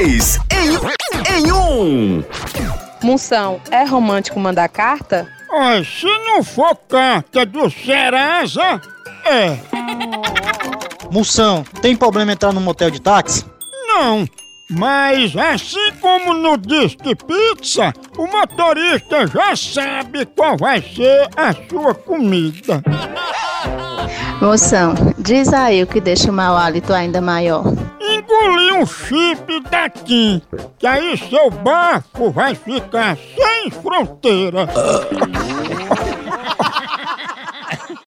Dois em um. Moção, é romântico mandar carta? Olha, se não for carta do Serasa, é. Moção, tem problema entrar no motel de táxi? Não, mas assim como no Disque Pizza, o motorista já sabe qual vai ser a sua comida. Moção, diz aí o que deixa o mau hálito ainda maior. Engolir um chip da TIM, que aí seu bafo vai ficar sem fronteira.